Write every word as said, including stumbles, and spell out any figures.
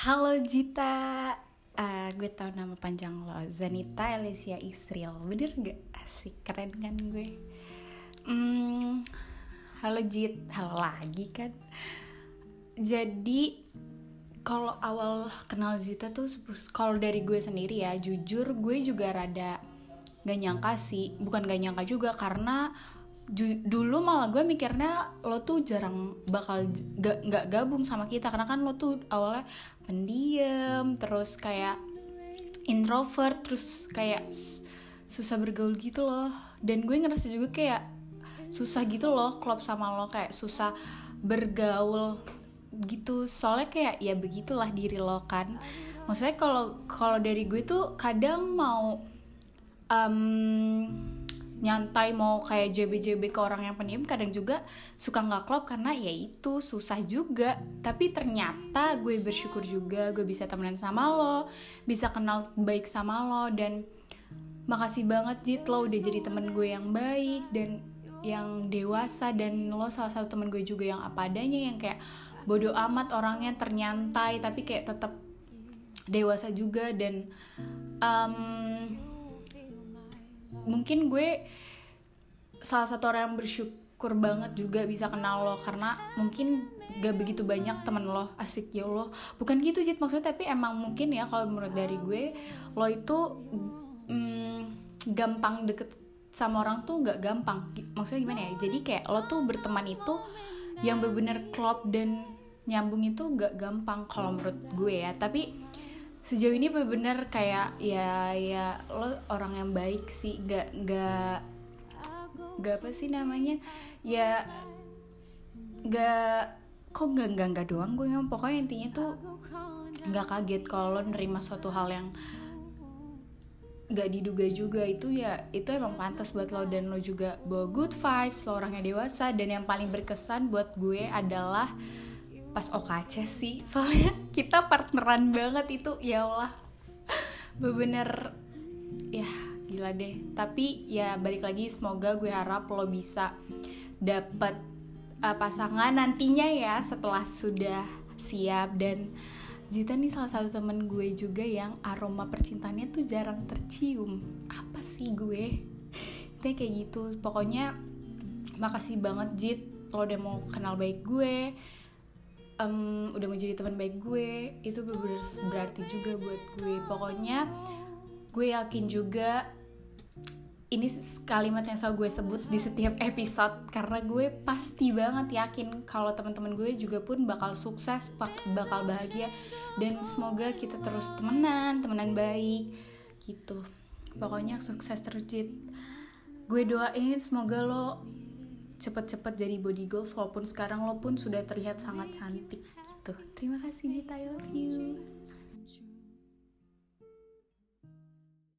Halo Jita, uh, gue tahu nama panjang lo, Zanita Alicia Isril, bener gak? Asik, keren kan gue. Hmm, halo Jit, halo lagi kan. Jadi kalau awal kenal Zita tuh, kalau dari gue sendiri ya, jujur gue juga rada gak nyangka sih, bukan gak nyangka juga karena Ju- dulu malah gue mikirnya lo tuh jarang bakal gak, gak gabung sama kita karena kan lo tuh awalnya pendiam, terus kayak introvert, terus kayak susah bergaul gitu loh. Dan gue ngerasa juga kayak susah gitu loh klop sama lo, kayak susah bergaul gitu, soalnya kayak ya begitulah diri lo kan. Maksudnya kalau kalau dari gue tuh kadang mau um, nyantai, mau kayak J B J B ke orang yang pendiam, kadang juga suka gak klop karena ya itu susah juga. Tapi ternyata gue bersyukur juga gue bisa temenan sama lo, bisa kenal baik sama lo. Dan makasih banget Jit, lo udah jadi temen gue yang baik dan yang dewasa. Dan lo salah satu temen gue juga yang apa adanya, yang kayak bodo amat orangnya, ternyantai tapi kayak tetap dewasa juga. Dan um, mungkin gue salah satu orang yang bersyukur banget juga bisa kenal lo, karena mungkin gak begitu banyak temen lo. Asik ya Allah, bukan gitu Jit maksudnya, tapi emang mungkin ya kalau menurut dari gue, lo itu mm, gampang deket sama orang tuh gak gampang. Maksudnya gimana ya, jadi kayak lo tuh berteman itu yang bener-bener klop dan nyambung itu gak gampang kalau menurut gue ya. Tapi sejauh ini bener-bener kayak ya ya lo orang yang baik sih, gak gak gak apa sih namanya ya, gak kok gak gak gak doang gue ngomong, pokoknya intinya tuh gak kaget kalau lo nerima suatu hal yang gak diduga juga. Itu ya itu emang pantas buat lo, dan lo juga bawa good vibes, lo orangnya dewasa. Dan yang paling berkesan buat gue adalah pas O K C sih, soalnya kita partneran banget itu, ya Allah bener-bener ya gila deh. Tapi ya balik lagi, semoga gue harap lo bisa dapet uh, pasangan nantinya ya setelah sudah siap. Dan Zita nih salah satu temen gue juga yang aroma percintaannya tuh jarang tercium. Apa sih gue? Kayak kayak gitu. Pokoknya makasih banget Jit, lo udah mau kenal baik gue, um, udah mau jadi teman baik gue. Itu bener-bener berarti juga buat gue. Pokoknya gue yakin juga ini kalimat yang selalu gue sebut di setiap episode, karena gue pasti banget yakin kalau teman-teman gue juga pun bakal sukses, bakal bahagia, dan semoga kita terus temenan, temenan baik gitu. Pokoknya sukses terus Jit. Gue doain semoga lo cepet-cepet jadi body goals, walaupun sekarang lo pun sudah terlihat sangat cantik gitu. Terima kasih Jit, I love you.